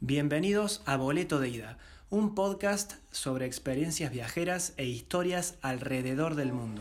Bienvenidos a Boleto de Ida, un podcast sobre experiencias viajeras e historias alrededor del mundo.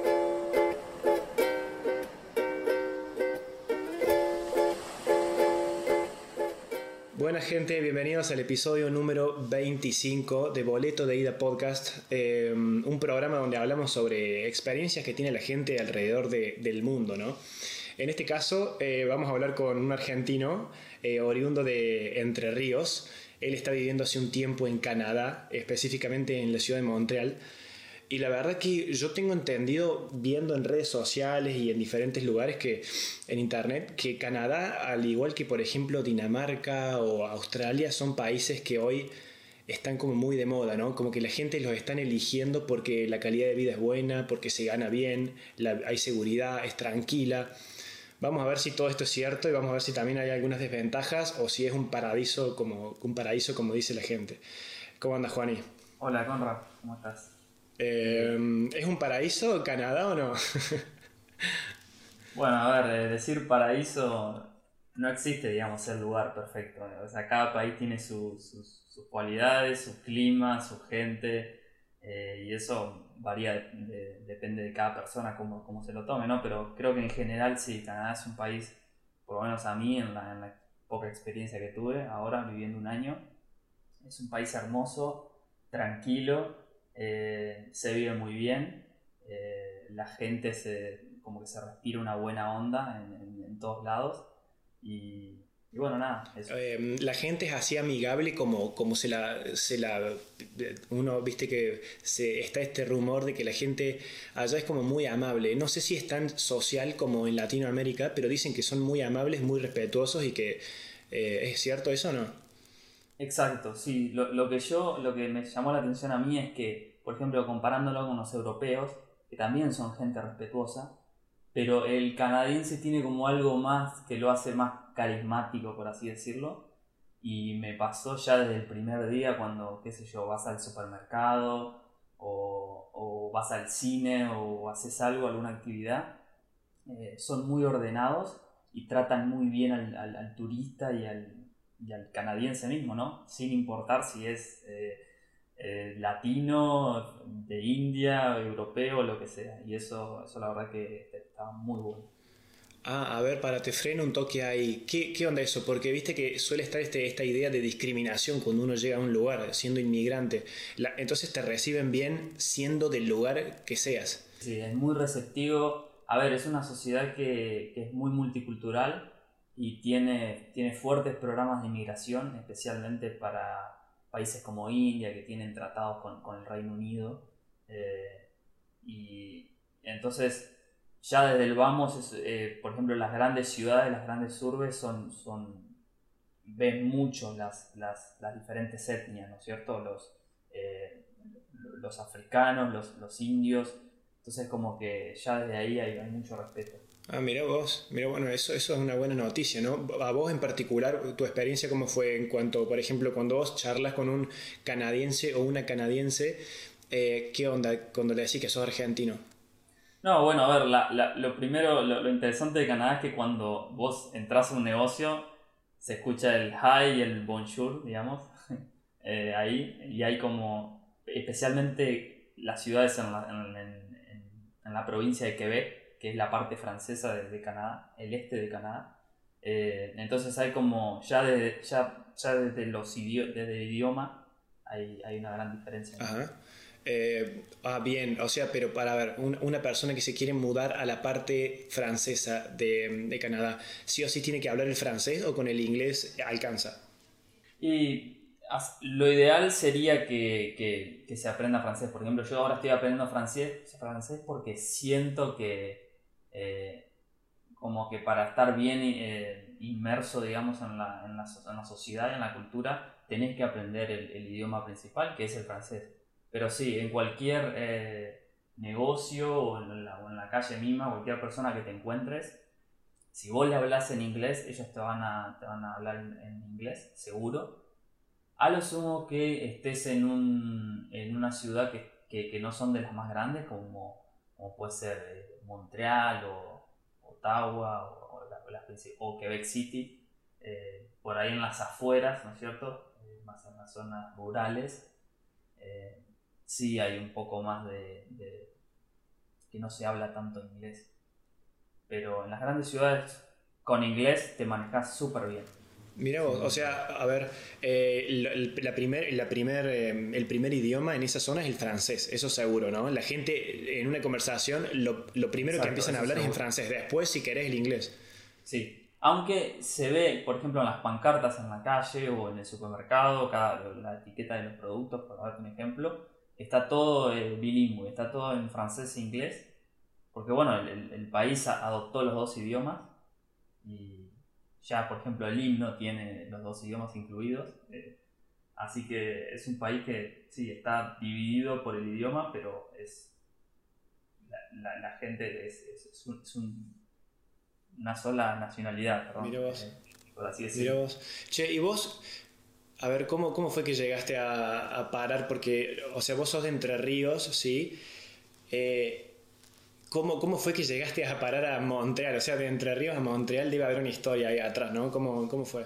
Buena gente, bienvenidos al episodio número 25 de Boleto de Ida Podcast, un programa donde hablamos sobre experiencias que tiene la gente alrededor del mundo, ¿no? En este caso vamos a hablar con un argentino oriundo de Entre Ríos. Él está viviendo hace un tiempo en Canadá, específicamente en la ciudad de Montreal. Y la verdad que yo tengo entendido, viendo en redes sociales y en diferentes lugares en internet, que Canadá, al igual que por ejemplo Dinamarca o Australia, son países que hoy están como muy de moda, ¿no? Como que la gente los están eligiendo porque la calidad de vida es buena, porque se gana bien, hay seguridad, es tranquila. Vamos a ver si todo esto es cierto y vamos a ver si también hay algunas desventajas o si es un paraíso como dice la gente. ¿Cómo andas, Juani? Hola, Conrad, ¿cómo estás? ¿Es un paraíso Canadá o no? Bueno, a ver, decir paraíso no existe, digamos, el lugar perfecto. O sea, cada país tiene sus cualidades, su clima, su gente, y eso varía, depende de cada persona cómo se lo tome, ¿no? Pero creo que en general sí, Canadá es un país, por lo menos a mí, en la poca experiencia que tuve, ahora viviendo un año, es un país hermoso, tranquilo, se vive muy bien, la gente como que se respira una buena onda en todos lados y bueno, nada, eso. La gente es así amigable como uno, viste que está este rumor de que la gente allá es como muy amable. No sé si es tan social como en Latinoamérica, pero dicen que son muy amables, muy respetuosos y que ¿es cierto eso o no? Exacto, sí, lo que me llamó la atención a mí es que, por ejemplo, comparándolo con los europeos, que también son gente respetuosa, pero el canadiense tiene como algo más que lo hace más carismático, por así decirlo, y me pasó ya desde el primer día cuando, qué sé yo, vas al supermercado o vas al cine o haces algo, alguna actividad, son muy ordenados y tratan muy bien al turista y al canadiense mismo, ¿no? Sin importar si es latino, de India, europeo, lo que sea. Y eso la verdad que está muy bueno. Ah, a ver, te freno un toque ahí. ¿Qué onda eso? Porque viste que suele estar esta idea de discriminación cuando uno llega a un lugar siendo inmigrante. Entonces te reciben bien siendo del lugar que seas. Sí, es muy receptivo. A ver, es una sociedad que es muy multicultural y tiene fuertes programas de inmigración, especialmente para países como India, que tienen tratados con el Reino Unido. Eh, y entonces, ya desde el vamos, por ejemplo, las grandes ciudades, las grandes urbes ven mucho las diferentes etnias, ¿no es cierto? Los africanos, los indios. Entonces como que ya desde ahí hay mucho respeto. Ah, mira, bueno, eso es una buena noticia, ¿no? A vos en particular, tu experiencia cómo fue en cuanto, por ejemplo, cuando vos charlas con un canadiense o una canadiense, ¿qué onda cuando le decís que sos argentino? No, bueno, a ver, lo primero, lo interesante de Canadá es que cuando vos entras a un negocio, se escucha el hi y el bonjour, digamos, ahí, y hay como, especialmente las ciudades en la provincia de Quebec, que es la parte francesa de Canadá, el este de Canadá. Entonces hay como, ya desde el idioma hay una gran diferencia, ¿no? Ajá. Bien, o sea, pero para ver, una persona que se quiere mudar a la parte francesa de Canadá, ¿sí o sí tiene que hablar el francés o con el inglés alcanza? Y lo ideal sería que se aprenda francés. Por ejemplo, yo ahora estoy aprendiendo francés porque siento que como que para estar bien inmerso, digamos, en la sociedad, en la cultura, tenés que aprender el idioma principal, que es el francés. Pero sí, en cualquier negocio o en la calle misma, cualquier persona que te encuentres, si vos le hablas en inglés, ellos te van a hablar en inglés, seguro. A lo sumo que estés en una ciudad que no son de las más grandes, como puede ser Montreal o Ottawa o Quebec City, por ahí en las afueras, ¿no es cierto? Más en las zonas rurales, sí hay un poco más de que no se habla tanto inglés. Pero en las grandes ciudades con inglés te manejas súper bien. Mira vos, Sin o ningún sea, problema. a ver, el primer idioma en esa zona es el francés, eso seguro, ¿no? La gente en una conversación, lo primero que Exacto, empiezan a eso hablar es en seguro. francés, después si querés el inglés. Sí. Aunque se ve, por ejemplo, en las pancartas en la calle o en el supermercado, la etiqueta de los productos, por darte un ejemplo, está todo bilingüe, está todo en francés e inglés. Porque bueno, el país adoptó los dos idiomas y ya, por ejemplo, el himno tiene los dos idiomas incluidos. Así que es un país que sí, está dividido por el idioma, pero la gente una sola nacionalidad, Mira perdón, vos, por así mira decirlo. vos. Che, y vos, a ver, ¿cómo fue que llegaste a parar? Porque, o sea, vos sos de Entre Ríos, ¿sí? Eh, ¿cómo fue que llegaste a parar a Montreal? O sea, de Entre Ríos a Montreal debe haber una historia ahí atrás, ¿no? ¿Cómo fue?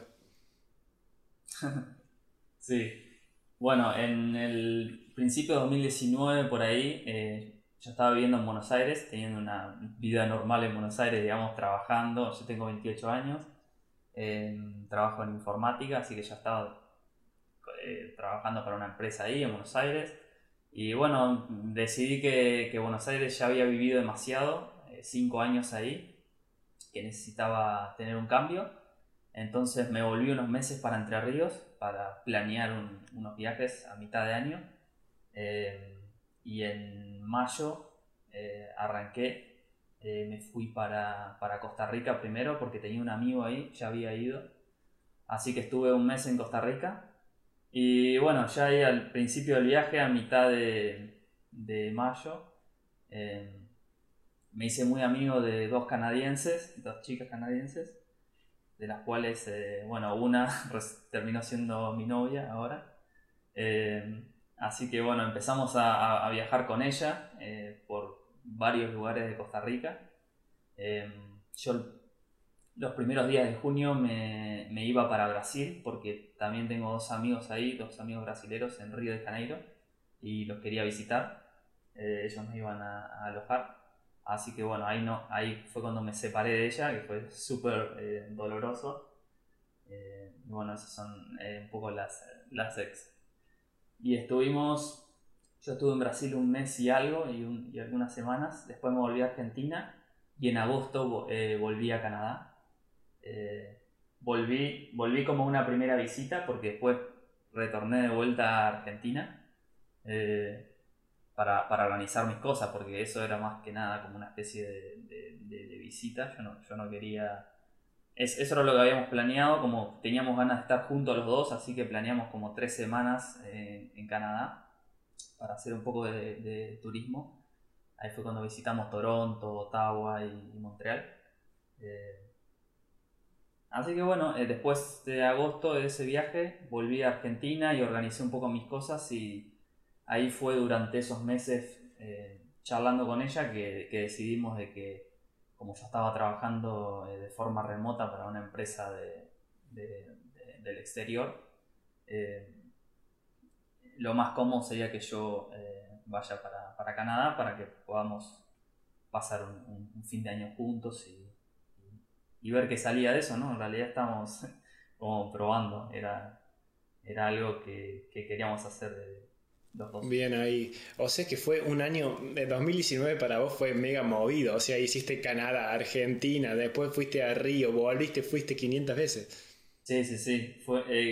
Sí. Bueno, en el principio de 2019 por ahí, yo estaba viviendo en Buenos Aires, teniendo una vida normal en Buenos Aires, digamos, trabajando. Yo tengo 28 años, trabajo en informática, así que ya estaba trabajando para una empresa ahí en Buenos Aires. Y bueno, decidí que Buenos Aires ya había vivido demasiado, 5 años ahí, que necesitaba tener un cambio. Entonces me volví unos meses para Entre Ríos para planear unos viajes a mitad de año. Eh, y en mayo arranqué, me fui para Costa Rica primero porque tenía un amigo ahí, ya había ido. Así que estuve un mes en Costa Rica. Y bueno, ya ahí al principio del viaje, a mitad de mayo, eh, me hice muy amigo de dos canadienses, dos chicas canadienses, de las cuales, bueno, una terminó siendo mi novia ahora. Así que bueno, empezamos a viajar con ella por varios lugares de Costa Rica. Yo los primeros días de junio me iba para Brasil porque también tengo dos amigos ahí, dos amigos brasileros en Río de Janeiro y los quería visitar. Ellos me iban a alojar. Así que bueno, ahí fue cuando me separé de ella, que fue súper doloroso. Y bueno, esas son un poco las ex. Y yo estuve en Brasil un mes y algo y algunas semanas. Después me volví a Argentina y en agosto volví a Canadá. Volví como una primera visita porque después retorné de vuelta a Argentina eh, para organizar mis cosas, porque eso era más que nada como una especie de visita. Yo no quería... Eso era lo que habíamos planeado, como teníamos ganas de estar juntos los dos, así que planeamos como 3 semanas en Canadá para hacer un poco de turismo. Ahí fue cuando visitamos Toronto, Ottawa y Montreal. Eh, Así que bueno, después de agosto de ese viaje volví a Argentina y organicé un poco mis cosas y ahí fue durante esos meses charlando con ella que decidimos de que como yo estaba trabajando de forma remota para una empresa del exterior, eh, lo más cómodo sería que yo vaya para Canadá para que podamos pasar un fin de año juntos y ver qué salía de eso, ¿no? En realidad estamos como probando, era algo que queríamos hacer los dos. Bien ahí. O sea que fue un año, de 2019 para vos fue mega movido. O sea, hiciste Canadá, Argentina, después fuiste a Río, volviste, fuiste 500 veces. Sí, sí, sí.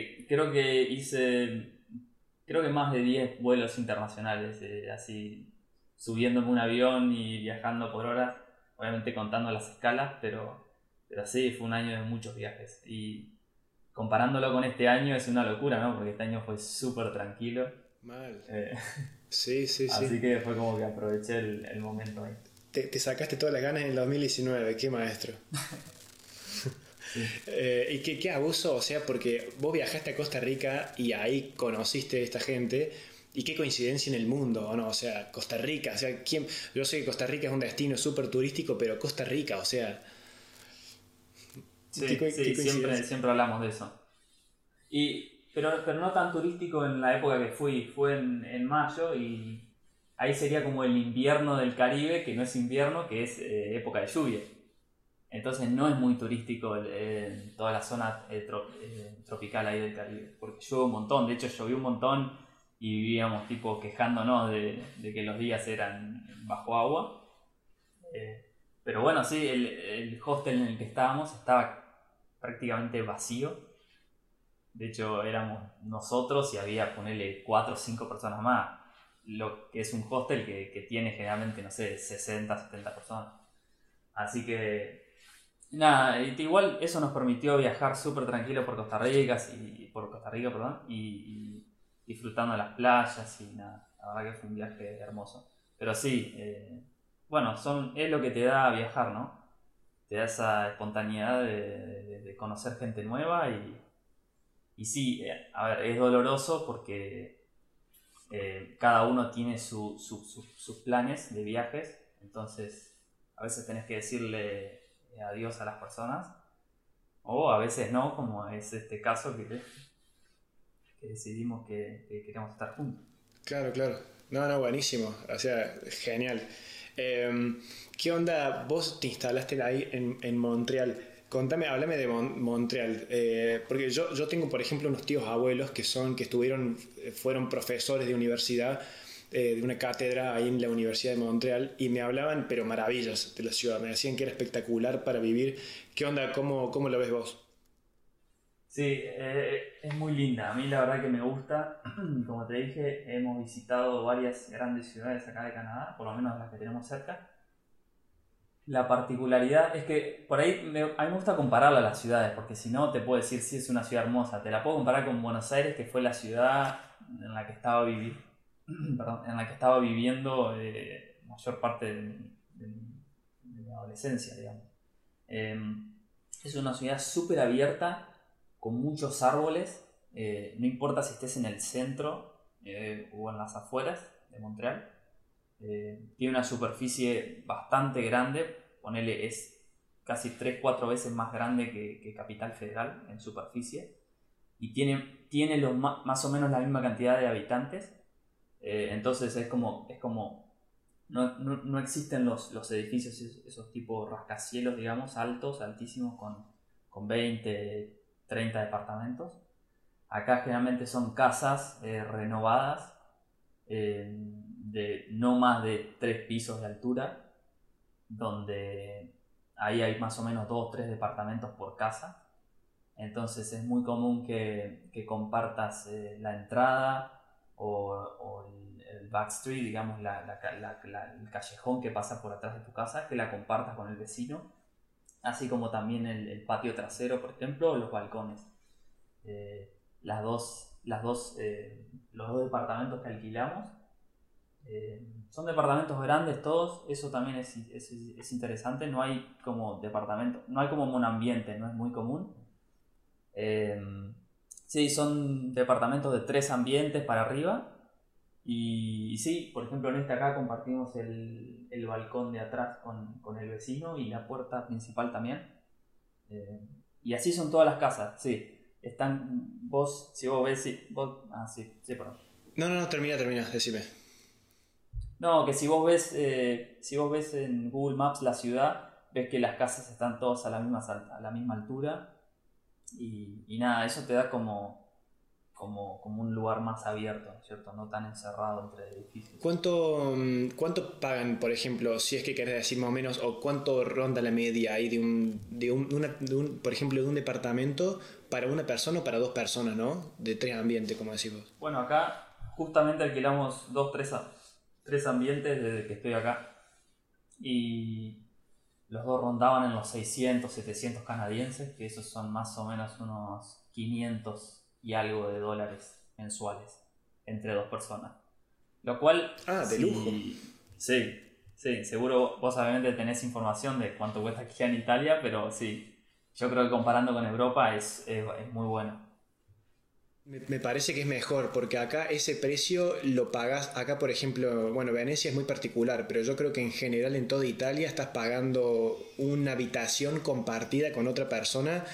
Creo que más de 10 vuelos internacionales, así subiéndome un avión y viajando por horas, obviamente contando las escalas, pero sí, fue un año de muchos viajes. Y comparándolo con este año es una locura, ¿no? Porque este año fue súper tranquilo. Mal. eh, Sí, sí, sí. así que fue como que aproveché el momento ahí. Te sacaste todas las ganas en el 2019, qué maestro. Sí. ¿Y qué abuso? O sea, porque vos viajaste a Costa Rica y ahí conociste a esta gente. Y qué coincidencia en el mundo, ¿o no? O sea, Costa Rica, o sea, yo sé que Costa Rica es un destino súper turístico, pero Costa Rica, o sea, Sí, qué sí, siempre, coincidencia. siempre hablamos de eso. Pero no tan turístico en la época que fue en mayo y ahí sería como el invierno del Caribe, que no es invierno, que es época de lluvia. Entonces no es muy turístico toda la zona tropical ahí del Caribe, porque llueve un montón, de hecho llovió un montón y vivíamos tipo quejándonos de que los días eran bajo agua. Pero bueno, sí, el hostel en el que estábamos estaba prácticamente vacío. De hecho éramos nosotros y había, ponele, 4 o 5 personas más, lo que es un hostel que tiene generalmente, no sé, 60, 70 personas. Así que nada, igual eso nos permitió viajar súper tranquilo por Costa Rica, perdón, y disfrutando de las playas y nada, la verdad que fue un viaje hermoso. Pero sí, bueno, es lo que te da viajar, ¿no? Te da esa espontaneidad de conocer gente nueva y sí, a ver, es doloroso porque cada uno tiene sus planes de viajes, entonces a veces tenés que decirle adiós a las personas, o a veces no, como es este caso que decidimos que queremos estar juntos. Claro, claro. No, no, buenísimo. O sea, genial. ¿Qué onda? Vos te instalaste ahí en Montreal. Contame, háblame de Montreal. Porque yo tengo, por ejemplo, unos tíos abuelos fueron profesores de universidad, de una cátedra ahí en la Universidad de Montreal, y me hablaban, pero maravillas de la ciudad. Me decían que era espectacular para vivir. ¿Qué onda? ¿Cómo lo ves vos? Sí, es muy linda. A mí la verdad que me gusta. Como te dije, hemos visitado varias grandes ciudades acá de Canadá, por lo menos las que tenemos cerca. La particularidad es que por ahí a mí me gusta compararla a las ciudades, porque si no te puedo decir si es una ciudad hermosa. Te la puedo comparar con Buenos Aires, que fue la ciudad en la que estaba, perdón, en la que estaba viviendo mayor parte de mi adolescencia, digamos. Eh, es una ciudad súper abierta, con muchos árboles. No importa si estés en el centro o en las afueras de Montreal. Tiene una superficie bastante grande, ponele, es casi 3 4 veces más grande que Capital Federal en superficie, y tiene más o menos la misma cantidad de habitantes. Entonces es como no existen los edificios, esos tipos rascacielos, digamos, altísimos, con 20 30 departamentos. Acá generalmente son casas renovadas, de no más de 3 pisos de altura, donde ahí hay más o menos 2 o 3 departamentos por casa. Entonces es muy común que compartas la entrada o el backstreet, digamos, el callejón que pasa por atrás de tu casa, que la compartas con el vecino, así como también el patio trasero, por ejemplo, o los balcones. Los dos departamentos que alquilamos son departamentos grandes todos, eso también es interesante. No hay como departamento, no hay como monoambiente, no es muy común. Eh, sí, son departamentos de 3 ambientes para arriba. Y sí, por ejemplo, en este acá compartimos el balcón de atrás con el vecino y la puerta principal también. Eh, y así son todas las casas, sí. Si vos ves, sí, perdón. No, no, no, termina, decime. No, que si vos ves en Google Maps la ciudad, ves que las casas están todas a la misma altura y nada, eso te da como un lugar más abierto, ¿no es cierto? No tan encerrado entre edificios. ¿Cuánto pagan, por ejemplo, si es que querés decir más o menos, o cuánto ronda la media ahí por ejemplo, de un departamento para una persona o para dos personas, ¿no? De 3 ambientes, como decís vos. Bueno, acá justamente alquilamos tres ambientes desde que estoy acá y los dos rondaban en los 600, 700 canadienses, que esos son más o menos unos 500 y algo de dólares mensuales entre dos personas. Lo cual, Ah, de lujo. sí, sí, seguro vos obviamente tenés información de cuánto cuesta aquí en Italia, pero sí, yo creo que comparando con Europa es muy bueno. Me parece que es mejor, porque acá ese precio lo pagas, acá por ejemplo, bueno, Venecia es muy particular, pero yo creo que en general en toda Italia estás pagando una habitación compartida con otra persona,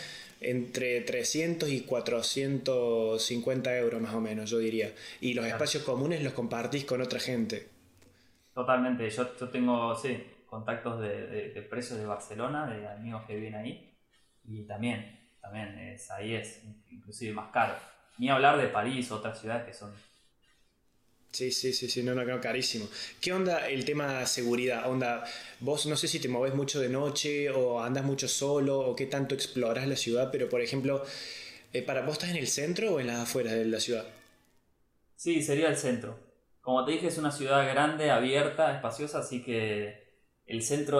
entre 300 y 450 euros más o menos, yo diría. Y los Claro. espacios comunes los compartís con otra gente. Totalmente, yo tengo, sí, contactos de precios de Barcelona, de amigos que viven ahí, y también ahí es inclusive más caro. Ni hablar de París, otras ciudades que son... Sí, sí, sí, sí, no, no, no, carísimo. ¿Qué onda el tema seguridad? Onda, vos no sé si te movés mucho de noche o andas mucho solo o qué tanto exploras la ciudad, pero por ejemplo, ¿para vos estás en el centro o en las afueras de la ciudad? Sí, sería el centro. Como te dije, es una ciudad grande, abierta, espaciosa, así que el centro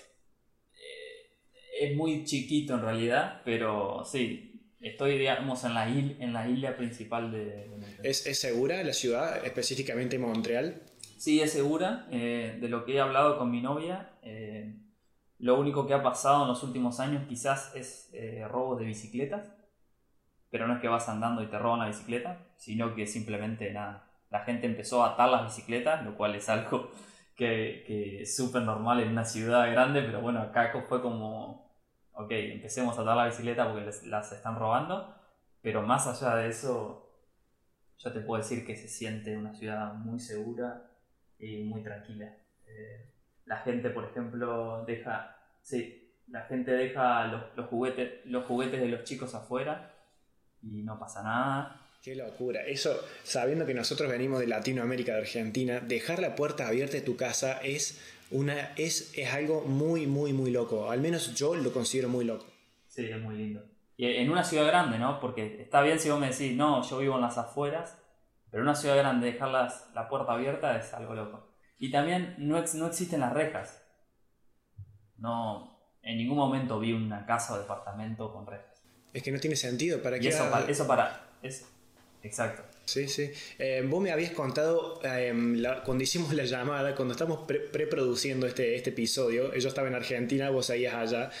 es muy chiquito en realidad, pero sí, estoy, digamos, en la isla principal de Montpellier. Es segura la ciudad, específicamente Montreal? Sí, es segura. De lo que he hablado con mi novia, lo único que ha pasado en los últimos años quizás es robos de bicicletas, pero no es que vas andando y te roban la bicicleta, sino que simplemente nada, la gente empezó a atar las bicicletas, lo cual es algo que es súper normal en una ciudad grande, pero bueno, acá fue como, ok, empecemos a atar la bicicleta porque las están robando, pero más allá de eso, yo te puedo decir que se siente una ciudad muy segura y muy tranquila. La gente, por ejemplo, la gente deja los juguetes de los chicos afuera y no pasa nada. Qué locura. Eso, sabiendo que nosotros venimos de Latinoamérica, de Argentina, dejar la puerta abierta de tu casa es algo muy, muy, muy loco. Al menos yo lo considero muy loco. Sí, es muy lindo. Y en una ciudad grande, ¿no? Porque está bien si vos me decís, no, yo vivo en las afueras, pero en una ciudad grande dejar la puerta abierta es algo loco. Y también no existen las rejas. No, en ningún momento vi una casa o departamento con rejas. Es que no tiene sentido. ¿Para Y qué? eso, exacto. Sí, sí. Vos me habías contado cuando hicimos la llamada, cuando estamos preproduciendo este episodio, yo estaba en Argentina, vos seguías allá,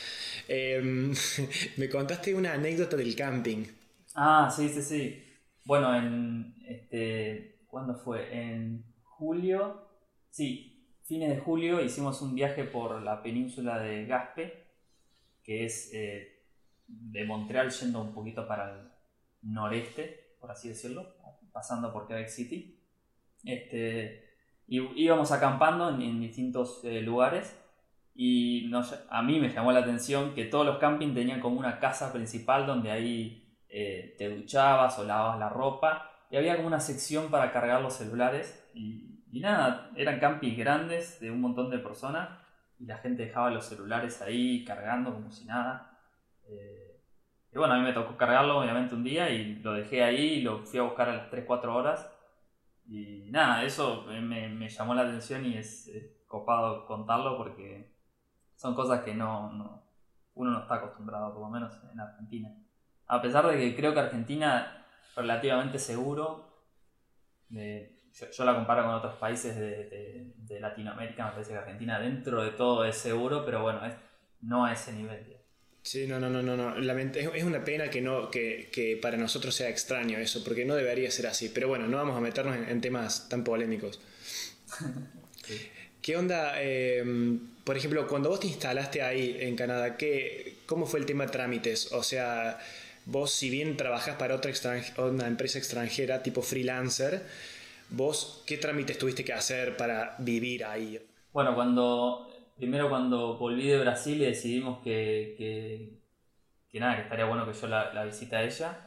me contaste una anécdota del camping. Ah, sí, sí, sí. Bueno, ¿cuándo fue? En julio, sí, fines de julio hicimos un viaje por la península de Gaspe, que es de Montreal yendo un poquito para el noreste, por así decirlo, pasando por Quebec City. Y íbamos acampando en distintos lugares y a mí me llamó la atención que todos los campings tenían como una casa principal donde ahí te duchabas o lavabas la ropa y había como una sección para cargar los celulares y nada, eran campings grandes de un montón de personas y la gente dejaba los celulares ahí cargando como si nada. Y bueno, a mí me tocó cargarlo obviamente un día y lo dejé ahí y lo fui a buscar a las 3 4 horas. Y nada, eso me llamó la atención y es copado contarlo porque son cosas que uno no está acostumbrado, por lo menos en Argentina. A pesar de que creo que Argentina es relativamente seguro, yo la comparo con otros países de Latinoamérica, me parece que Argentina dentro de todo es seguro, pero bueno, no a ese nivel. Digamos. Sí, no, no, no, no, no. Es una pena que para nosotros sea extraño eso, porque no debería ser así. Pero bueno, no vamos a meternos en temas tan polémicos. Sí. ¿Qué onda? Por ejemplo, cuando vos te instalaste ahí en Canadá, ¿cómo fue el tema de trámites? O sea, vos si bien trabajás para una empresa extranjera tipo freelancer, vos, ¿qué trámites tuviste que hacer para vivir ahí? Bueno, primero cuando volví de Brasil y decidimos que nada, que estaría bueno que yo la visite a ella.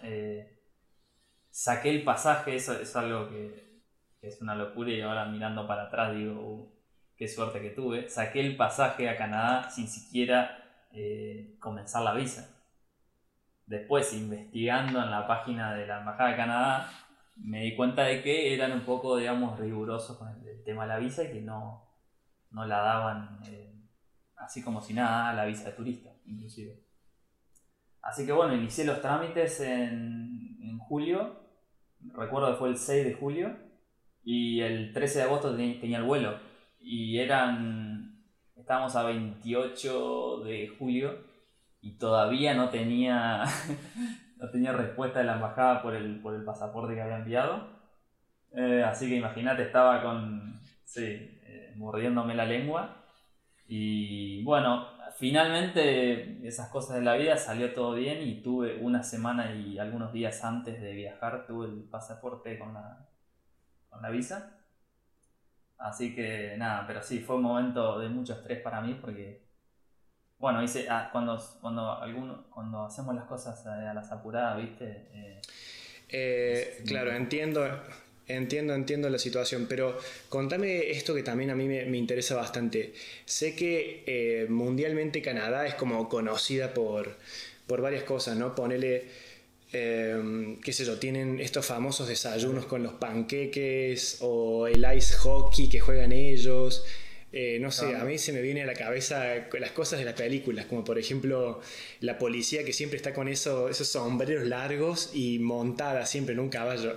Saqué el pasaje, eso es algo que es una locura y ahora mirando para atrás digo, qué suerte que tuve. Saqué el pasaje a Canadá sin siquiera comenzar la visa. Después, investigando en la página de la Embajada de Canadá, me di cuenta de que eran un poco, digamos, rigurosos con el tema de la visa y que no la daban así como si nada a la visa de turista, inclusive. Así que bueno, inicié los trámites en julio, recuerdo que fue el 6 de julio, y el 13 de agosto tenía el vuelo, y estábamos a 28 de julio, y todavía no tenía, no tenía respuesta de la embajada por el pasaporte que había enviado. Así que imagínate, estaba sí, mordiéndome la lengua Y bueno, finalmente esas cosas de la vida salió todo bien y tuve una semana y algunos días antes de viajar, tuve el pasaporte con la visa. Así que nada, pero sí, fue un momento de mucho estrés para mí porque, bueno, cuando hacemos las cosas a las apuradas, ¿viste? Es muy Claro, confuso. entiendo la situación, pero contame esto que también a mí me interesa bastante. Sé que mundialmente Canadá es como conocida por varias cosas, ¿no? Ponele, qué sé yo, tienen estos famosos desayunos con los panqueques o el ice hockey que juegan ellos. No sé, a Claro. mí se me viene a la cabeza las cosas de las películas, como por ejemplo la policía que siempre está con esos sombreros largos y montada siempre en un caballo.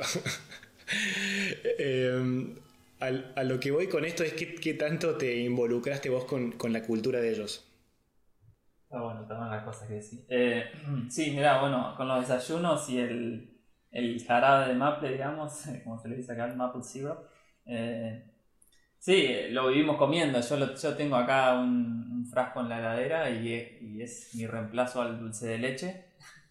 Eh, a lo que voy con esto es qué tanto te involucraste vos con la cultura de ellos. Está bueno las cosas que decís. Sí, mira, bueno, con los desayunos y el jarabe de maple, digamos, como se le dice acá, el maple syrup. eh, sí, lo vivimos comiendo. Yo tengo acá un frasco en la heladera y es mi reemplazo al dulce de leche.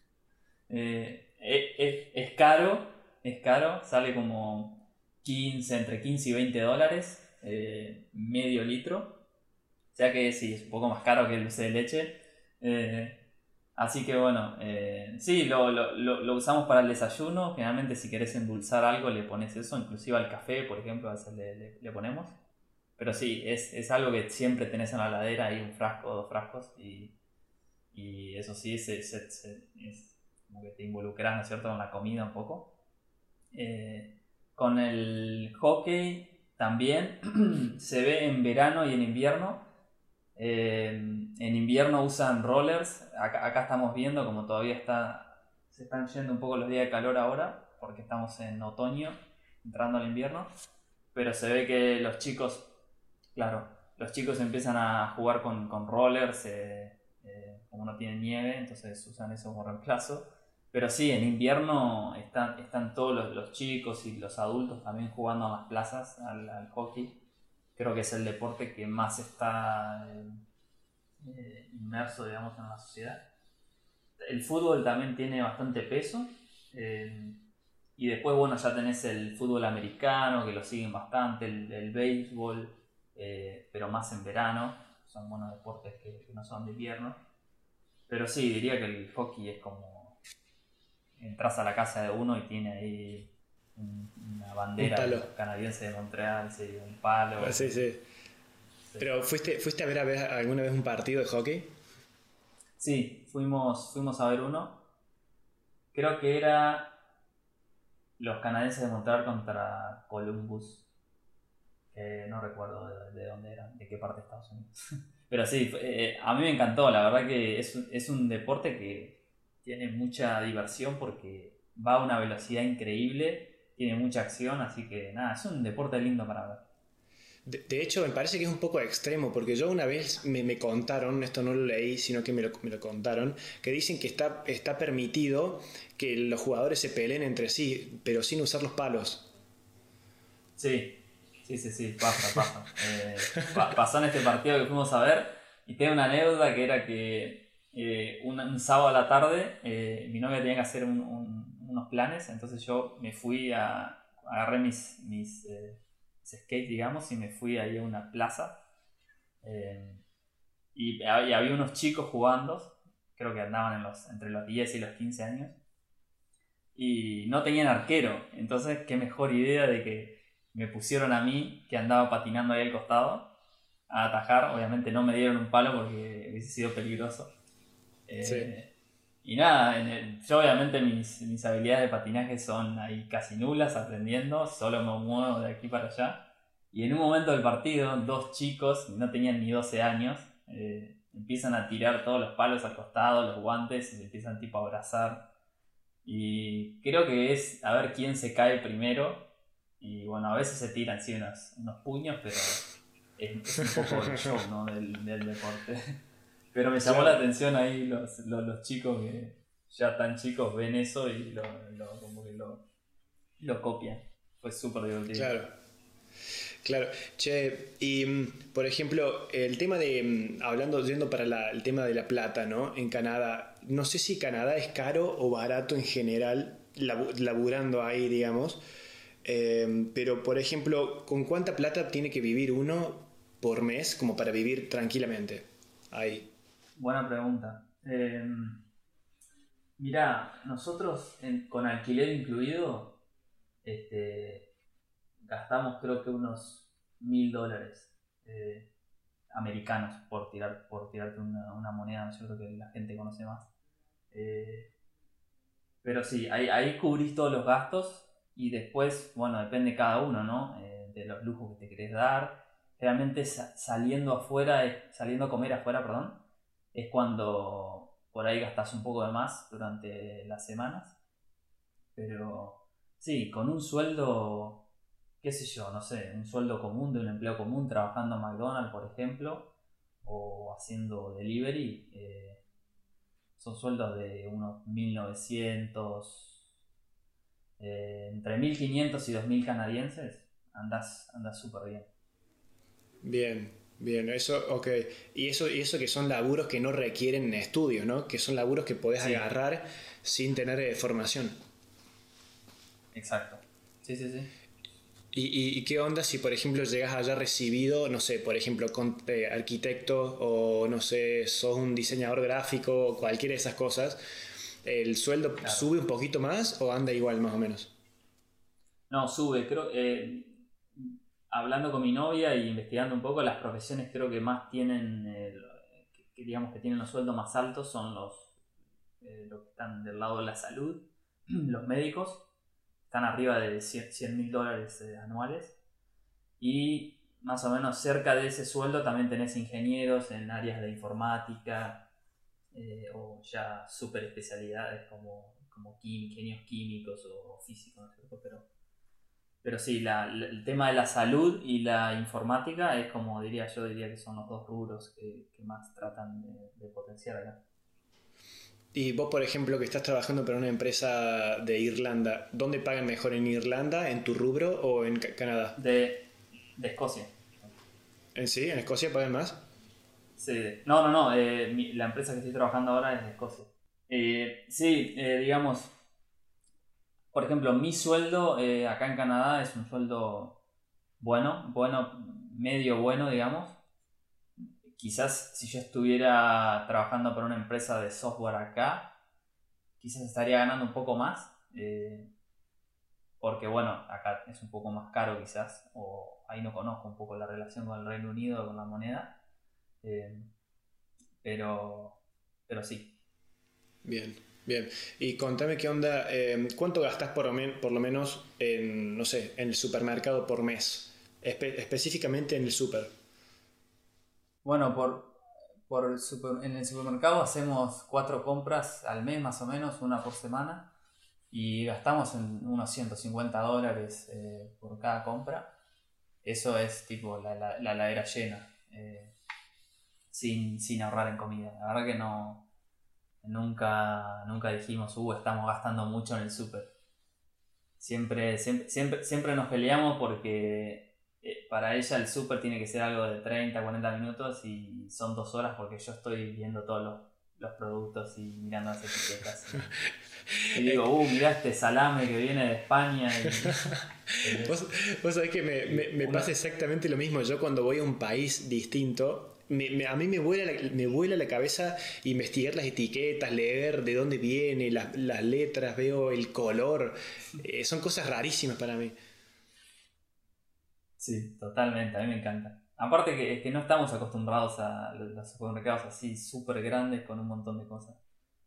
Es caro, sale como entre 15 y $20, medio litro. O sea que sí, es un poco más caro que el dulce de leche. Eh, Así que bueno, sí, lo usamos para el desayuno. Generalmente si querés endulzar algo le pones eso, inclusive al café, por ejemplo, a veces le ponemos. Pero sí, es algo que siempre tenés en la heladera, hay un frasco o dos frascos y eso sí, es como que te involucras, ¿no es cierto?, con la comida un poco. Eh, con el hockey también se ve en verano y en invierno. En invierno usan rollers. Acá estamos viendo como todavía se están yendo un poco los días de calor ahora, porque estamos en otoño, entrando al invierno. Pero se ve que los chicos, claro, los chicos empiezan a jugar con rollers, como no tienen nieve, entonces usan eso como reemplazo. Pero sí, en invierno están todos los chicos y los adultos también jugando en las plazas al hockey. Creo que es el deporte que más está inmerso, digamos, en la sociedad. El fútbol también tiene bastante peso. eh, y después, bueno, ya tenés el fútbol americano, que lo siguen bastante, el béisbol, pero más en verano. Son buenos deportes que no son de invierno. Pero sí, diría que el hockey es como entras a la casa de uno y tiene ahí una Un bandera de palo. los canadienses de Montreal, sí, un palo. Sí, sí. Sí, Pero ¿fuiste a ver alguna vez un partido de hockey? sí, fuimos a ver uno. Creo que era los canadienses de Montreal contra Columbus. No recuerdo de dónde eran, de qué parte de Estados Unidos. Pero sí, a mí me encantó. La verdad que es un deporte que tiene mucha diversión porque va a una velocidad increíble, tiene mucha acción, así que nada, es un deporte lindo para ver. De hecho, me parece que es un poco extremo, porque yo una vez me contaron, esto no lo leí, sino que me lo contaron, que dicen que está permitido que los jugadores se peleen entre sí, pero sin usar los palos. Sí, sí, pasa. Pasó en este partido que fuimos a ver y tengo una anécdota que era que un sábado a la tarde mi novia tenía que hacer unos planes, entonces yo me fui agarré mis skates, digamos, y me fui ahí a una plaza eh, y había unos chicos jugando, creo que andaban entre los 10 y los 15 años y no tenían arquero. Entonces, qué mejor idea de que me pusieron a mí, que andaba patinando ahí al costado, a atajar. Obviamente no me dieron un palo porque hubiese sido peligroso. Sí. Eh, y nada, yo obviamente mis habilidades de patinaje son ahí casi nulas, aprendiendo, solo me muevo de aquí para allá. Y en un momento del partido, dos chicos, no tenían ni 12 años, empiezan a tirar todos los palos al costado, los guantes, y se empiezan tipo a abrazar. Y creo que es a ver quién se cae primero. Y bueno, a veces se tiran sí unos puños, pero es un poco el show, ¿no?, del deporte. Pero me llamó la Claro, atención ahí los chicos que ya tan chicos ven eso y como que lo copian. Fue súper divertido. claro. Claro, che, y por ejemplo, el tema de, yendo para el tema de la plata, ¿no? En Canadá, no sé si Canadá es caro o barato en general, laburando ahí, digamos, pero por ejemplo, ¿con cuánta plata tiene que vivir uno por mes como para vivir tranquilamente? Ahí. Buena pregunta. Mirá, nosotros con alquiler incluido, este, gastamos creo que unos $1.000 americanos por tirarte una moneda, ¿no es cierto? Que la gente conoce más. Eh, pero sí, ahí cubrís todos los gastos y después, bueno, depende cada uno, ¿no? De los lujos que te querés dar. Realmente saliendo a comer afuera, perdón, es cuando por ahí gastas un poco de más durante las semanas. Pero sí, con un sueldo, qué sé yo, no sé, un sueldo común de un empleo común trabajando en McDonald's, por ejemplo, o haciendo delivery, son sueldos de unos 1.900, entre 1.500 y 2.000 canadienses, andas súper bien. Bien, bien, eso, ok. Y eso que son laburos que no requieren estudios, ¿no? Que son laburos que podés Sí, agarrar sin tener formación. exacto. Sí, sí, sí. ¿Y qué onda si, por ejemplo, llegas allá recibido, no sé, por ejemplo, con arquitecto o, no sé, sos un diseñador gráfico o cualquiera de esas cosas? ¿El sueldo Claro. sube un poquito más o anda igual más o menos? No, sube, creo, hablando con mi novia e investigando un poco, las profesiones creo que más tienen, digamos que tienen los sueldos más altos son los que están del lado de la salud, los médicos, están arriba de $100.000 anuales y más o menos cerca de ese sueldo también tenés ingenieros en áreas de informática o ya super especialidades como ingenieros químicos o físicos, ¿no es cierto? Pero sí, el tema de la salud y la informática es como diría que son los dos rubros que más tratan de potenciar acá. Y vos, por ejemplo, que estás trabajando para una empresa de Irlanda, ¿dónde pagan mejor? ¿En Irlanda, en tu rubro o en Canadá? De Escocia. ¿En sí? ¿En Escocia pagan más? Sí, no, no, no, la empresa que estoy trabajando ahora es de Escocia. Sí, digamos, por ejemplo, mi sueldo acá en Canadá es un sueldo bueno, medio bueno, digamos. Quizás si yo estuviera trabajando para una empresa de software acá, quizás estaría ganando un poco más, porque bueno, acá es un poco más caro quizás, o ahí no conozco un poco la relación con el Reino Unido, con la moneda, eh, pero, pero sí. Bien, bien. Y contame qué onda, ¿cuánto gastás por lo menos en, no sé, en el supermercado por mes? Específicamente en el super. Bueno, en el supermercado hacemos 4 compras al mes más o menos, una por semana, y gastamos en unos $150 por cada compra. Eso es tipo la heladera llena, sin ahorrar en comida. La verdad que no, nunca dijimos, estamos gastando mucho en el súper. Siempre nos peleamos porque para ella el súper tiene que ser algo de 30 40 minutos y son 2 horas porque yo estoy viendo todos los productos y mirando las etiquetas. Y digo, Eh, mirá este salame que viene de España y vos, vos sabés que me uno, pasa exactamente lo mismo. Yo cuando voy a un país distinto, a mí me vuela la cabeza investigar las etiquetas, leer de dónde viene, las letras, veo el color. Son cosas rarísimas para mí. sí, totalmente, a mí me encanta. Aparte que es que no estamos acostumbrados a los supermercados así súper grandes con un montón de cosas.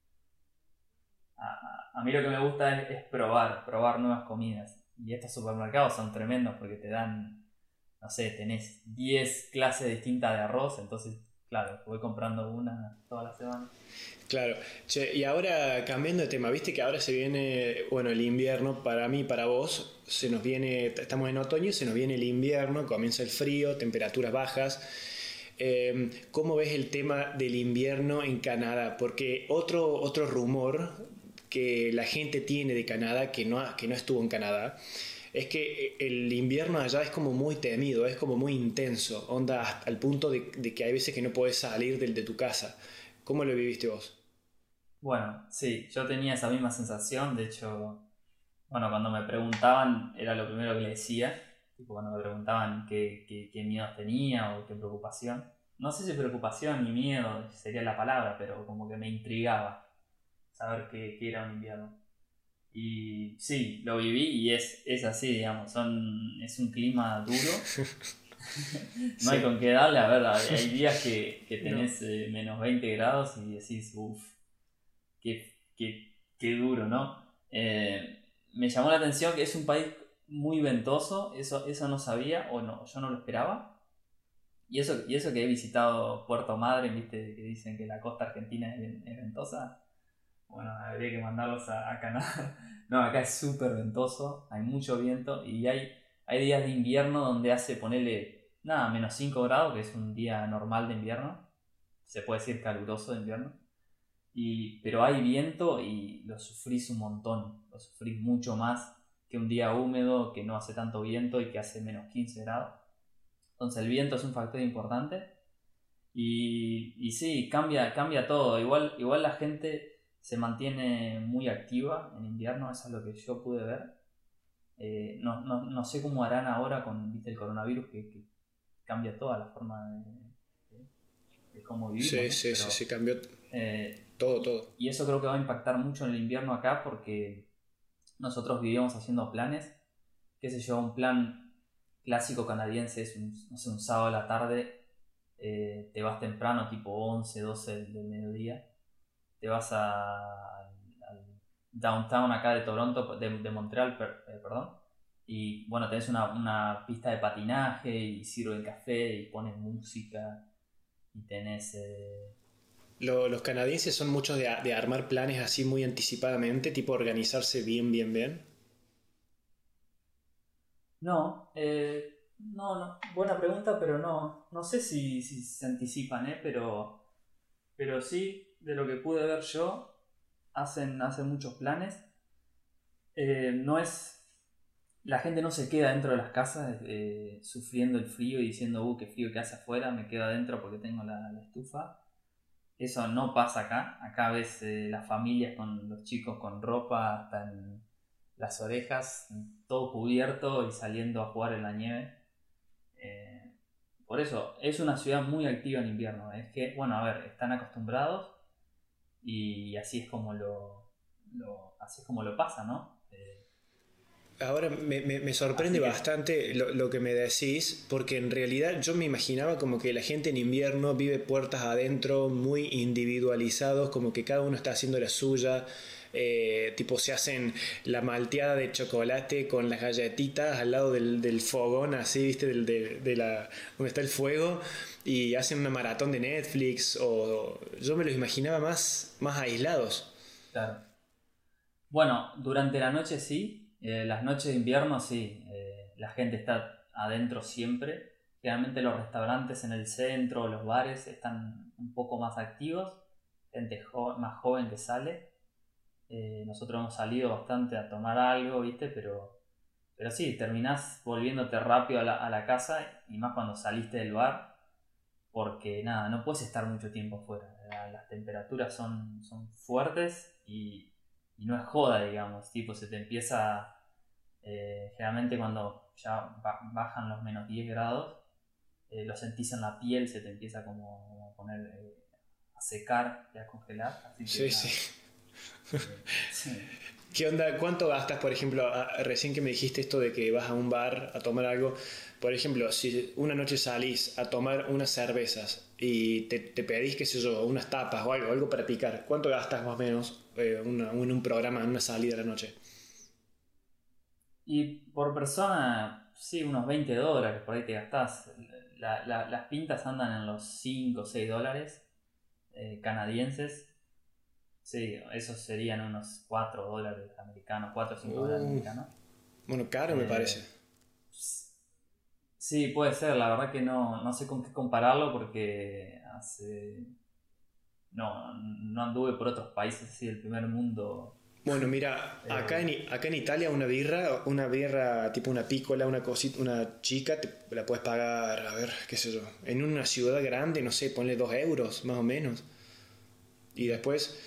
A mí lo que me gusta es probar nuevas comidas. Y estos supermercados son tremendos porque te dan, no sé, tenés 10 clases distintas de arroz, entonces, claro, voy comprando una toda la semana. Claro, che, y ahora cambiando de tema, viste que ahora se viene, bueno, el invierno, para mí, para vos, se nos viene, estamos en otoño, se nos viene el invierno, comienza el frío, temperaturas bajas. ¿Cómo ves el tema del invierno en Canadá? Porque otro rumor que la gente tiene de Canadá, que no estuvo en Canadá, es que el invierno allá es como muy temido, es como muy intenso, onda hasta el punto de que hay veces que no podés salir de tu casa. ¿Cómo lo viviste vos? Bueno, sí, yo tenía esa misma sensación, de hecho, bueno, cuando me preguntaban era lo primero que le decía, tipo cuando me preguntaban qué miedos tenía o qué preocupación. No sé si preocupación ni miedo sería la palabra, pero como que me intrigaba saber qué era un invierno. Y sí, lo viví y es así, digamos, es un clima duro. No hay Sí, con qué darle, a ver, hay días que no. tenés menos 20 grados y decís, uff, qué duro, ¿no? Me llamó la atención que es un país muy ventoso, eso no sabía, o no, yo no lo esperaba. Y eso que he visitado Puerto Madryn, viste, que dicen que la costa argentina es ventosa. Bueno, habría que mandarlos a Canadá. No, acá es súper ventoso, hay mucho viento y hay días de invierno donde hace, ponerle, nada, menos 5 grados, que es un día normal de invierno. Se puede decir caluroso de invierno. Pero hay viento y lo sufrís un montón, lo sufrís mucho más que un día húmedo que no hace tanto viento y que hace menos 15 grados. Entonces el viento es un factor importante y sí, cambia todo. Igual la gente se mantiene muy activa en invierno, eso es lo que yo pude ver. No sé cómo harán ahora con, ¿viste? El coronavirus que cambia toda la forma de cómo vivimos, Sí, ¿no? sí, sí, Pero sí, cambió todo, todo. y eso creo que va a impactar mucho en el invierno acá porque nosotros vivíamos haciendo planes, qué sé yo, un plan clásico canadiense es no sé, un sábado a la tarde, te vas temprano, tipo 11 12 del mediodía, te vas al downtown acá de Toronto, de Montreal, perdón, y bueno, tenés una pista de patinaje y sirven café y ponen música y tenés... Los canadienses son muchos de armar planes así muy anticipadamente, tipo organizarse bien, bien, bien. No, no, buena pregunta, pero no sé si se anticipan, pero sí, de lo que pude ver yo, hacen muchos planes. No es, la gente no se queda dentro de las casas sufriendo el frío y diciendo, qué frío que hace afuera, me quedo adentro porque tengo la estufa. Eso no pasa acá. Acá ves las familias con los chicos con ropa hasta en las orejas, todo cubierto y saliendo a jugar en la nieve. Eh, por eso, es una ciudad muy activa en invierno. Es que, bueno, a ver, están acostumbrados y así es como así es como lo pasa, ¿no? Ahora me sorprende Así que, bastante lo que me decís, porque en realidad yo me imaginaba como que la gente en invierno vive puertas adentro, muy individualizados, como que cada uno está haciendo la suya, tipo se hacen la malteada de chocolate con las galletitas al lado del fogón, así, viste, donde está el fuego, y hacen una maratón de Netflix, o yo me los imaginaba más aislados. claro. Bueno, durante la noche sí, las noches de invierno sí, la gente está adentro siempre. Generalmente los restaurantes en el centro o los bares están un poco más activos, gente más joven que sale. Nosotros hemos salido bastante a tomar algo, ¿viste? Pero sí, terminás volviéndote rápido a la casa y más cuando saliste del bar, porque nada, no puedes estar mucho tiempo afuera. Las temperaturas son fuertes y no es joda, digamos. Tipo, se te empieza, generalmente cuando ya bajan los menos 10 grados, lo sentís en la piel, se te empieza como a poner, a secar y a congelar. Así que Sí, sí. nada. Sí. ¿Qué onda? ¿Cuánto gastas, por ejemplo, recién que me dijiste esto de que vas a un bar a tomar algo? Por ejemplo, si una noche salís a tomar unas cervezas y te pedís, qué sé yo, unas tapas o algo para picar, ¿cuánto gastas más o menos en un programa, en una salida a la noche? Y por persona, sí, unos $20 por ahí te gastás. Las pintas andan en los 5 o 6 dólares canadienses. Sí, esos serían unos $4 americanos, 4 o 5 dólares Uh, americanos. bueno, caro me parece. Eh, sí, puede ser, la verdad que no sé con qué compararlo porque no anduve por otros países así del primer mundo Bueno, mira, acá en Italia una birra tipo una piccola, una cosita, una chica, la puedes pagar, a ver, qué sé yo, en una ciudad grande, no sé, ponle 2 euros, más o menos. Y después,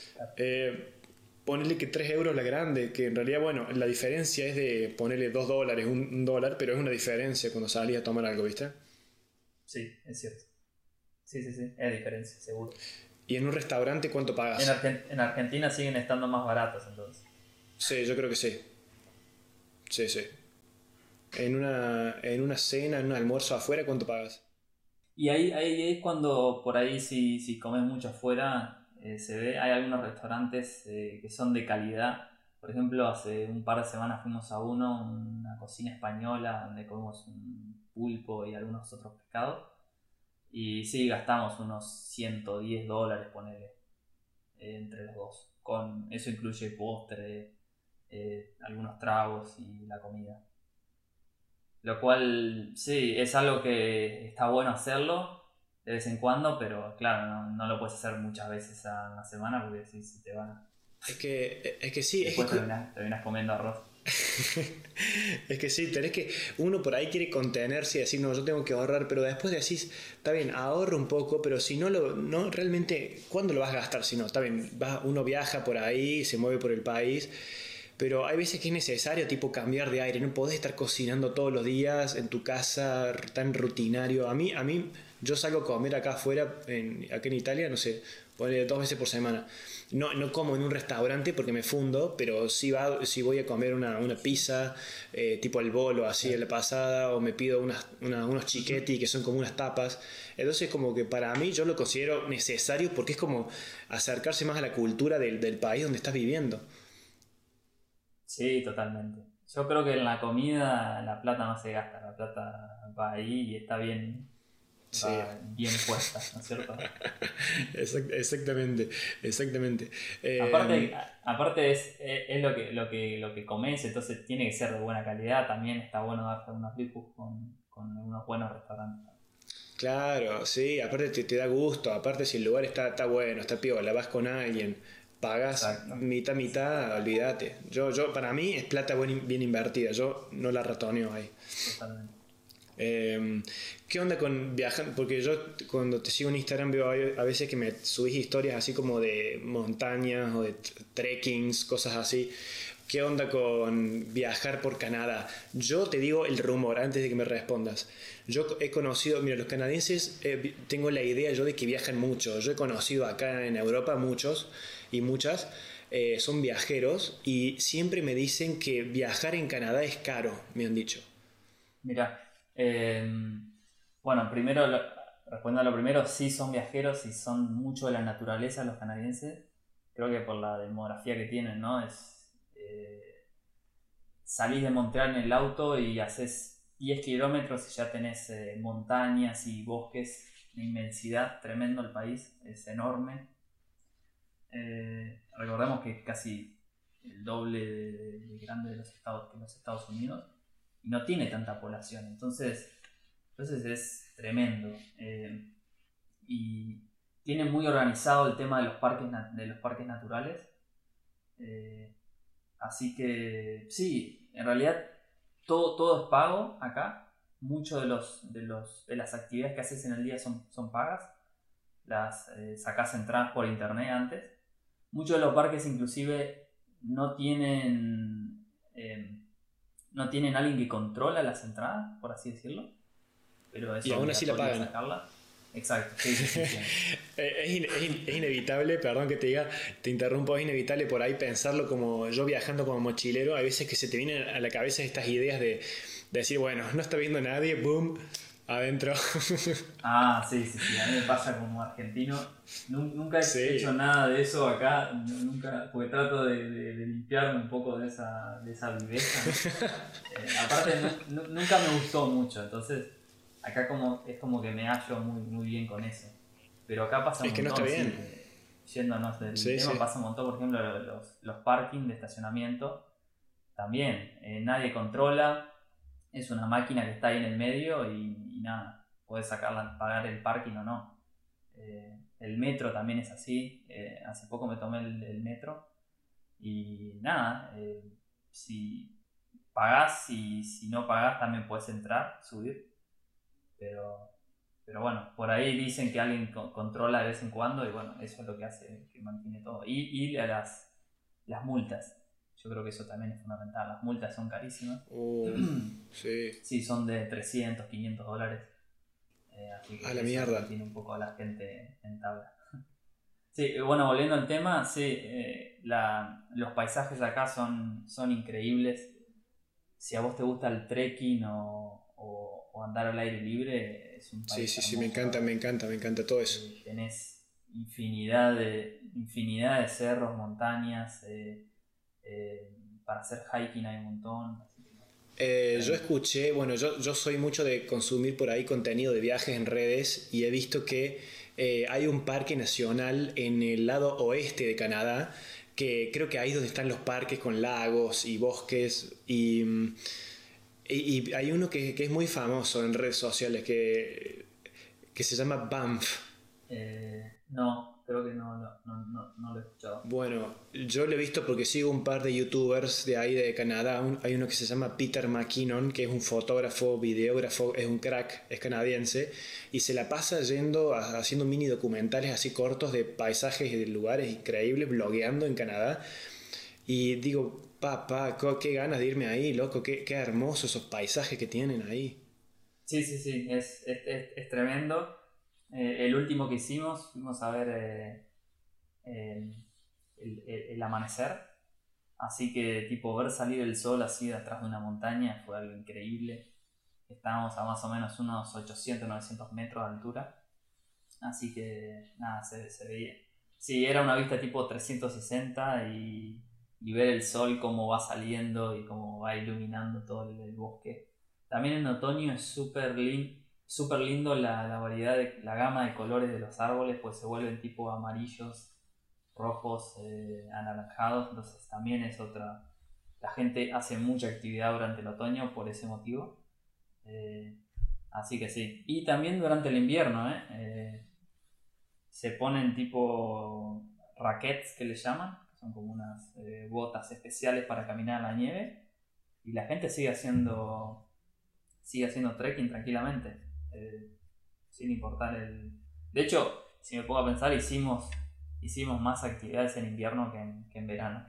ponele que 3 euros la grande, que en realidad, bueno, la diferencia es de ponerle $2, un dólar, pero es una diferencia cuando salís a tomar algo, ¿viste? Sí, es cierto. Sí, sí, sí, es diferencia, seguro. Y en un restaurante, ¿cuánto pagas? En Argentina siguen estando más baratos entonces. Sí, yo creo que sí. Sí, sí. En una cena, en un almuerzo afuera, ¿cuánto pagas? Y ahí es cuando por ahí si comes mucho afuera, se ve, hay algunos restaurantes que son de calidad. Por ejemplo, hace un par de semanas fuimos a una cocina española, donde comimos un pulpo y algunos otros pescados. Y sí, gastamos unos $110, ponele, entre los dos. Con eso incluye postre, algunos tragos y la comida. Lo cual, sí, es algo que está bueno hacerlo de vez en cuando, pero claro, no lo puedes hacer muchas veces a la semana porque si se te va. Es que sí, Después terminas comiendo arroz. es que sí, tenés que. Uno por ahí quiere contenerse y decir, no, yo tengo que ahorrar, pero después decís, está bien, ahorro un poco, pero si no realmente, ¿cuándo lo vas a gastar? Si no, está bien, uno viaja por ahí, se mueve por el país, pero hay veces que es necesario, tipo, cambiar de aire, no podés estar cocinando todos los días en tu casa, tan rutinario. A mí, yo salgo a comer acá afuera, acá en Italia, no sé, ponle 2 veces por semana. No como en un restaurante porque me fundo, pero sí voy a comer una pizza tipo el bolo, así Claro. en la pasada, o me pido unos Ujú. chiquetti que son como unas tapas. Entonces como que para mí yo lo considero necesario porque es como acercarse más a la cultura del país donde estás viviendo. Sí, totalmente. Yo creo que en la comida la plata no se gasta, la plata va ahí y Sí, va bien puesta, ¿no es cierto? exactamente, exactamente. Aparte, aparte es lo que comes, entonces tiene que ser de buena calidad. También está bueno darte unos lujos con unos buenos restaurantes. Claro, sí, aparte te da gusto, aparte si el lugar está bueno, está piola, vas con alguien, pagas Exacto. mitad, Sí, mitad, olvídate. Para mí es plata bien invertida, yo no la ratoneo ahí. totalmente. Eh, ¿Qué onda con viajar? Porque yo cuando te sigo en Instagram veo a veces que me subís historias así como de montañas o de trekkings, cosas así. ¿Qué onda con viajar por Canadá? Yo te digo el rumor antes de que me respondas. Yo he conocido, mira, los canadienses, tengo la idea yo de que viajan mucho. Yo he conocido acá en Europa muchos y muchas. Son viajeros y siempre me dicen que viajar en Canadá es caro, me han dicho. Mira, bueno, respondiendo a lo primero, sí son viajeros y son mucho de la naturaleza los canadienses. Creo que por la demografía que tienen, ¿no? Salís de Montreal en el auto y haces 10 kilómetros y ya tenés montañas y bosques, una inmensidad, tremendo el país, es enorme. Recordemos que es casi el doble de grande de que los Estados Unidos y no tiene tanta población, entonces es tremendo. Y tiene muy organizado el tema de de los parques naturales. eh, Así que sí, en realidad todo es pago acá. Muchos de las actividades que haces en el día son pagas. Las sacás entradas por internet antes. Muchos de los parques inclusive no tienen no tienen alguien que controla las entradas, por así decirlo, pero es Y aún así la obligatorio pagan. sacarlas. Exacto, sí, sí, sí, siempre. Es inevitable, perdón que te diga, te interrumpo, es inevitable por ahí pensarlo como yo viajando como mochilero, hay veces que se te vienen a la cabeza estas ideas de decir, bueno, no está viendo nadie, boom, adentro. Ah, sí, sí, sí, a mí me pasa como argentino. Nunca he hecho Sí, nada de eso acá, nunca, porque trato de limpiarme un poco de esa viveza, ¿no? Aparte, nunca me gustó mucho, entonces acá es como que me hallo muy bien con eso. Pero acá pasa un es que no está montón, sí, bien. yéndonos del Sí, tema, sí. pasa un montón, por ejemplo, los parking de estacionamiento, también, nadie controla, es una máquina que está ahí en el medio y nada, puedes sacarla, pagar el parking o no. El metro también es así, hace poco me tomé el metro Y nada, si pagás y si no pagás también puedes entrar, subir. Pero bueno, por ahí dicen que alguien controla de vez en cuando y bueno, eso es lo que hace que mantiene todo. Y las multas. Yo creo que eso también es fundamental. Las multas son carísimas. Sí. Sí, son de 300, $500. Así que A la eso mierda. tiene un poco a la gente en tabla. Sí, bueno, volviendo al tema, sí, los paisajes de acá son increíbles. Si a vos te gusta el trekking o andar al aire libre, es un Sí, país sí, sí, hermoso, la verdad. me encanta todo eso. Tenés infinidad de cerros, montañas, para hacer hiking hay un montón. Así que, Yo tremendo. escuché, bueno, yo soy mucho de consumir por ahí contenido de viajes en redes y he visto que hay un parque nacional en el lado oeste de Canadá, que creo que ahí es donde están los parques con lagos y bosques y hay uno que es muy famoso en redes sociales que se llama Banff. No, creo que no lo he escuchado. Bueno, yo lo he visto porque sigo un par de youtubers de ahí de Canadá. Hay uno que se llama Peter McKinnon, que es un fotógrafo, videógrafo, es un crack, es canadiense, y se la pasa yendo, haciendo mini documentales así cortos de paisajes y de lugares increíbles, blogueando en Canadá. Y digo, papá, qué ganas de irme ahí, loco, qué hermosos esos paisajes que tienen ahí. Sí, sí, sí, es tremendo. El último que hicimos, fuimos a ver el amanecer. Así que tipo ver salir el sol así de atrás de una montaña fue algo increíble. Estábamos a más o menos unos 800, 900 metros de altura. Así que nada, se veía. Sí, era una vista tipo 360 y ver el sol cómo va saliendo y cómo va iluminando todo el bosque. También en otoño es súper lindo la variedad, la gama de colores de los árboles, pues se vuelven tipo amarillos, rojos, anaranjados, entonces también es otra. La gente hace mucha actividad durante el otoño por ese motivo. Eh, Así que sí. Y también durante el invierno, se ponen tipo raquettes que le llaman, que son como unas botas especiales para caminar a la nieve. Y la gente sigue haciendo trekking tranquilamente, eh, sin importar el. De hecho, si me pongo a pensar, hicimos más actividades en invierno que en verano.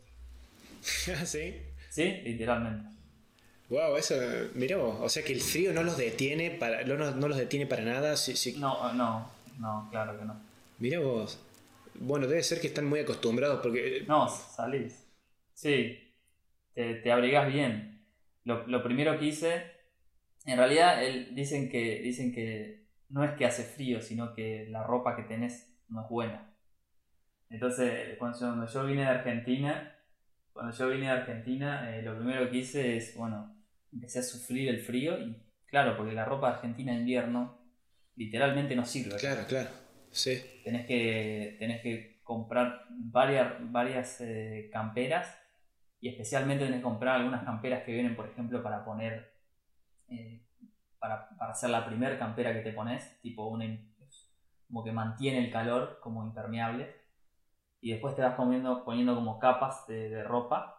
Ah, sí. Sí, literalmente. Wow, eso, mira vos, o sea que el frío no los detiene no los detiene para nada. No, no, no, claro que no. Mira vos. Bueno, debe ser que están muy acostumbrados porque... No, salís. Sí, te abrigás bien. Lo primero que hice, en realidad dicen que no es que hace frío, sino que la ropa que tenés no es buena. Entonces, cuando yo vine de Argentina, lo primero que hice es, bueno, empecé a sufrir el frío y claro, porque la ropa argentina de invierno literalmente no sirve acá. Claro, claro. Sí. Tenés que comprar varias camperas y especialmente tenés que comprar algunas camperas que vienen, por ejemplo, para poner, eh, para hacer la primer campera que te pones, tipo como que mantiene el calor como impermeable y después te vas poniendo como capas de ropa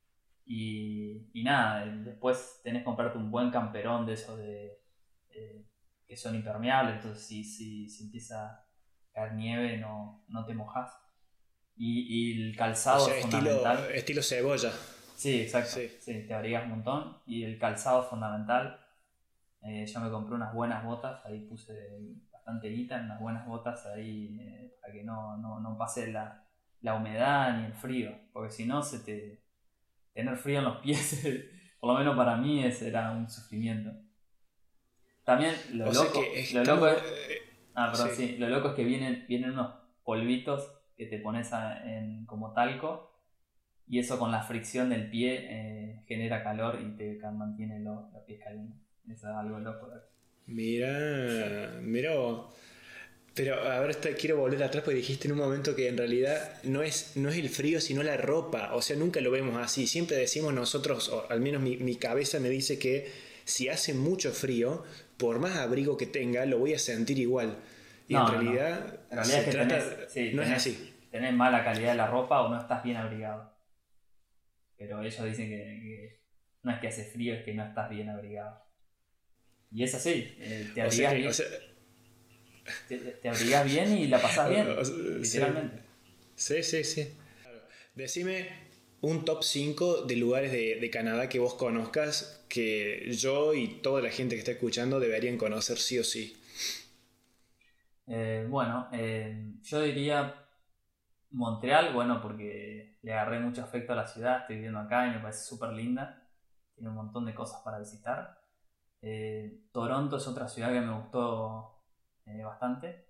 y nada, después tenés que comprarte un buen camperón de esos eh, que son impermeables, entonces si empieza a caer nieve no te mojas. Y el O calzado sea, es fundamental. estilo cebolla. Sí, exacto. Sí. Sí, te abrigas un montón. Y el calzado es fundamental. Yo me compré unas buenas botas, ahí puse bastante guita en unas buenas botas ahí para que no pase la humedad ni el frío. Porque si no, tener frío en los pies, por lo menos para mí, era un sufrimiento. También lo O sea que loco, lo está loco muy... es. Ah, perdón, sí. sí. Lo loco es que vienen unos polvitos que te pones como talco y eso con la fricción del pie genera calor y te mantiene los pies calientes. Eso es algo loco. Mira vos. Pero ahora quiero volver atrás porque dijiste en un momento que en realidad no es el frío sino la ropa. O sea, nunca lo vemos así. Siempre decimos nosotros, o al menos mi cabeza me dice que si hace mucho frío, por más abrigo que tenga, lo voy a sentir igual. Y en No, no, no. realidad En realidad se es que trata... sí, No es tenés, así. tenés mala calidad de la ropa o no estás bien abrigado. pero ellos dicen que no es que hace frío, es que no estás bien abrigado. Y es así, te O sea abrigas que, bien, te abrigas bien y la pasás bien, sí, literalmente. sí, sí, sí. Decime un top 5 de lugares de Canadá que vos conozcas que yo y toda la gente que está escuchando deberían conocer sí o sí. Bueno, yo diría Montreal, bueno, porque le agarré mucho afecto a la ciudad, estoy viviendo acá y me parece súper linda, tiene un montón de cosas para visitar. Toronto es otra ciudad que me gustó bastante.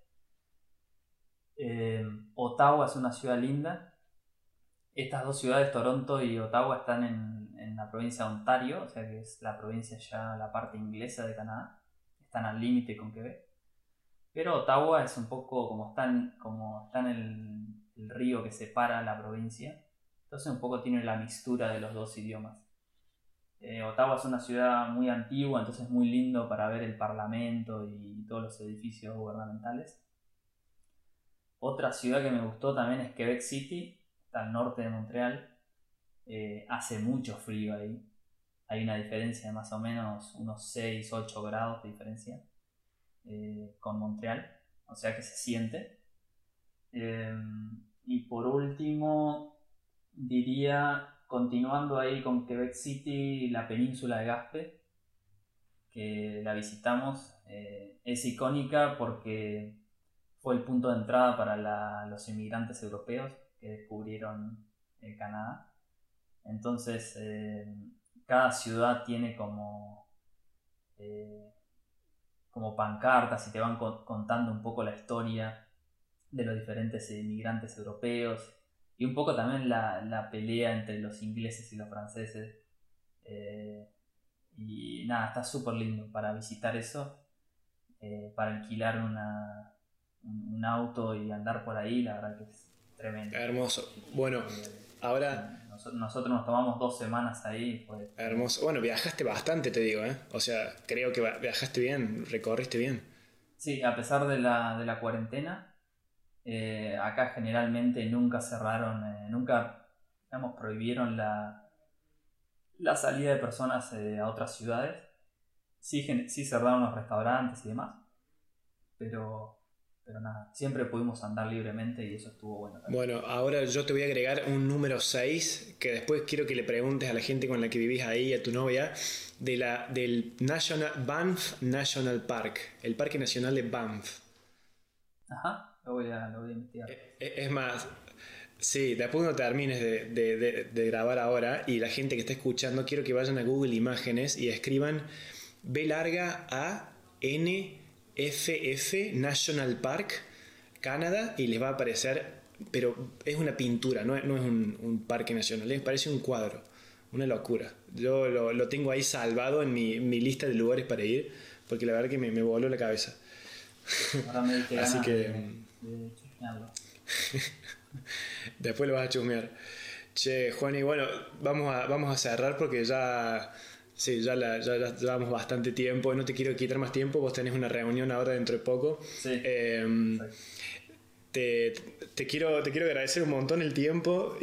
Ottawa es una ciudad linda. Estas dos ciudades, Toronto y Ottawa, están en la provincia de Ontario, o sea que es la provincia ya, la parte inglesa de Canadá. Están al límite con Quebec. Pero Ottawa es un poco como está en el río que separa la provincia. Entonces un poco tiene la mixtura de los dos idiomas. Ottawa es una ciudad muy antigua, entonces es muy lindo para ver el parlamento y todos los edificios gubernamentales. Otra ciudad que me gustó también es Quebec City, está al norte de Montreal. Hace mucho frío ahí. Hay una diferencia de más o menos unos 6-8 grados de diferencia con Montreal. O sea que se siente. Y por último, diría, continuando ahí con Quebec City, la península de Gaspe, que la visitamos. Es icónica porque fue el punto de entrada para los inmigrantes europeos que descubrieron Canadá. Entonces, cada ciudad tiene eh, como pancartas y te van contando un poco la historia de los diferentes inmigrantes europeos y un poco también la pelea entre los ingleses y los franceses. Eh, y nada, está súper lindo para visitar eso, para alquilar un auto y andar por ahí, la verdad que es tremendo. Hermoso. Bueno, Sí, ahora, nosotros nos tomamos 2 semanas ahí, fue tremendo. hermoso. Bueno, viajaste bastante, te digo, ¿eh? O sea, creo que viajaste bien, recorriste bien. Sí, a pesar de la cuarentena, acá generalmente nunca cerraron, nunca, digamos, prohibieron la salida de personas a otras ciudades. Sí, sí cerraron los restaurantes y demás, pero, pero nada, siempre pudimos andar libremente y eso estuvo bueno también. Bueno, ahora yo te voy a agregar un número 6 que después quiero que le preguntes a la gente con la que vivís ahí, a tu novia, del Banff National Park, el Parque Nacional de Banff. Ajá, lo voy a investigar. Es más, sí, después cuando termines de grabar ahora y la gente que está escuchando, quiero que vayan a Google Imágenes y escriban B larga A N F F National Park Canadá y les va a aparecer, pero es una pintura, no es un parque nacional, les parece un cuadro, una locura. Yo lo tengo ahí salvado en mi lista de lugares para ir, porque la verdad que me voló la cabeza. Ahora me diste Así ganas que de chusmearlo. después lo vas a chusmear. Che, Juan, y bueno, vamos a cerrar porque ya, sí, ya llevamos bastante tiempo y no te quiero quitar más tiempo. Vos tenés una reunión ahora dentro de poco. Sí, Eh, exacto. te, te quiero agradecer un montón el tiempo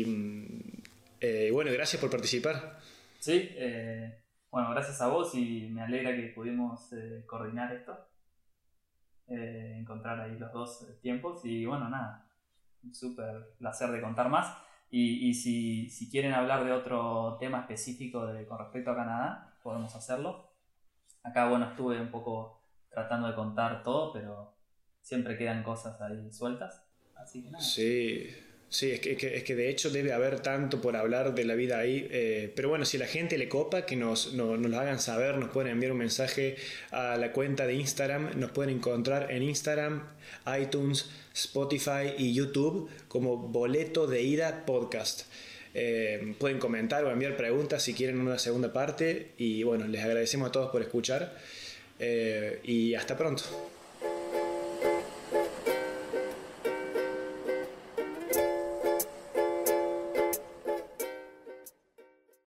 y bueno, gracias por participar. Sí, bueno, gracias a vos y me alegra que pudimos coordinar esto, encontrar ahí los dos tiempos y bueno, nada, un súper placer de contar más. Y si quieren hablar de otro tema específico con respecto a Canadá, podemos hacerlo. Acá, bueno, estuve un poco tratando de contar todo, pero siempre quedan cosas ahí sueltas. Así que nada. Sí, sí, es que de hecho debe haber tanto por hablar de la vida ahí. Pero bueno, si la gente le copa, que nos lo hagan saber, nos pueden enviar un mensaje a la cuenta de Instagram. Nos pueden encontrar en Instagram, iTunes, Spotify y YouTube como Boleto de Ida Podcast. Pueden comentar o enviar preguntas si quieren una segunda parte. Y bueno, les agradecemos a todos por escuchar. Y hasta pronto.